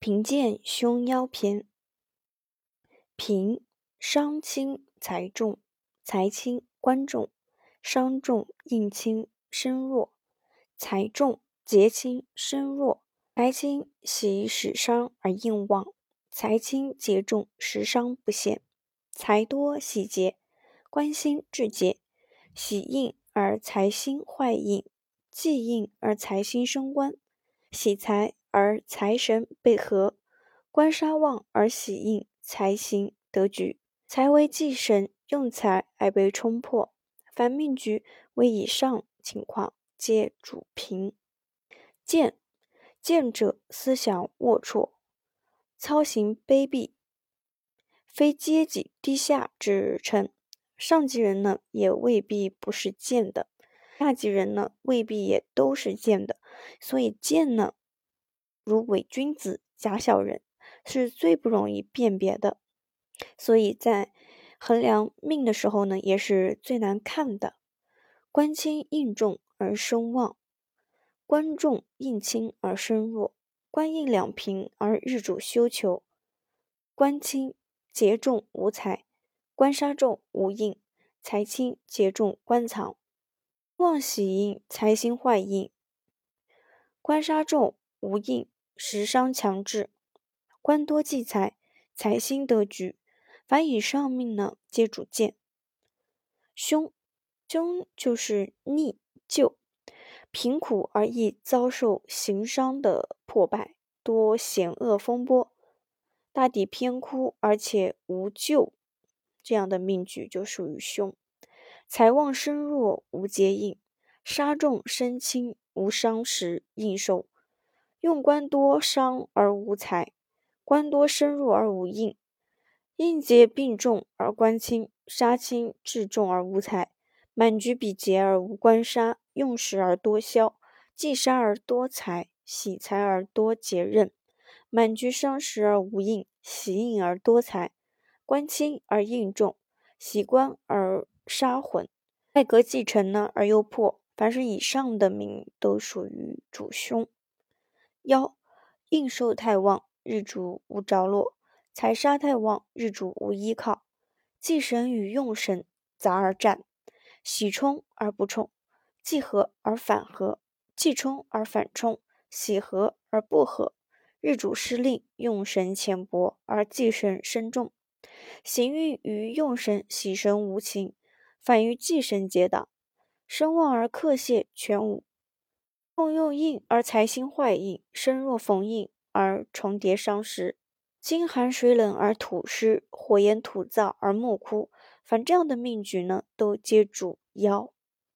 贫贱凶夭篇。贫，伤轻财重，财轻官重，伤重印轻身弱，财重节轻身弱，财轻喜使伤而印旺，财轻节重时伤不现，财多喜节，官星至节，喜印而财星坏印，忌印而财星生官，喜财而财神被合，官杀旺而喜印财星得局，财为忌神用财而被冲破，凡命局为以上情况皆主贫。贱，贱者思想龌龊，操行卑鄙，非阶级低下之称。上级人呢，也未必不是贱的，下级人呢，未必也都是贱的。所以贱呢，如伪君子、假小人，是最不容易辨别的。所以在衡量命的时候呢，也是最难看的。官轻印重而声旺，官重印轻而身弱，官印两平而日主休囚，官轻节重无财，官杀重无印，财轻节重官藏。旺喜印财星坏印，官杀重无印，时伤强制，官多忌财，财星得局。凡以上命呢，皆主贱。凶，凶就是逆旧，贫苦而易遭受刑伤的破败，多险恶风波，大抵偏枯而且无救，这样的命局就属于凶。财旺身弱无节印，杀重身轻无伤时应受，用官多伤而无财，官多身弱而无印，印节并重而官轻，杀轻至重而无财，满局比劫而无官杀，用时而多消，忌杀而多财，喜财而多劫刃，满局伤时而无印，喜印而多财，官轻而印重，喜官而杀混，外格继承呢而又破。凡是以上的命都属于主凶。夭，印寿太旺，日主无着落，财杀太旺，日主无依靠，忌神与用神杂而战，喜冲而不冲，忌合而反合，忌冲而反冲，喜合而不合，日主失令，用神浅薄而忌神深重，行运与用神喜神无情，反于忌神结党，身旺而克泄全无，用印而财星坏印，身弱逢印而重叠伤时，金寒水冷而土湿，火炎土燥而木枯，凡这样的命局呢，都皆主夭。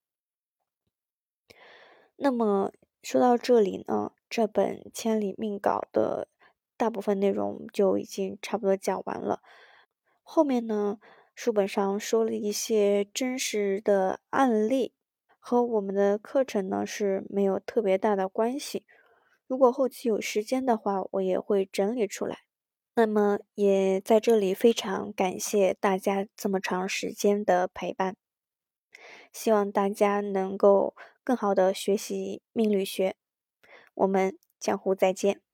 那么说到这里呢，这本千里命稿的大部分内容就已经差不多讲完了。后面呢，书本上说了一些真实的案例，和我们的课程呢是没有特别大的关系。如果后期有时间的话，我也会整理出来。那么也在这里非常感谢大家这么长时间的陪伴，希望大家能够更好的学习命理学。我们江湖再见。